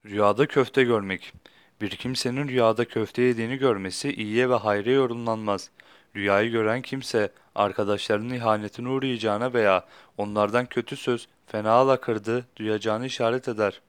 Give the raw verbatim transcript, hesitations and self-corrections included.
Rüyada köfte görmek. Bir kimsenin rüyada köfte yediğini görmesi iyiye ve hayra yorumlanmaz. Rüyayı gören kimse arkadaşlarının ihanetine uğrayacağına veya onlardan kötü söz, fena lakırdı duyacağını işaret eder.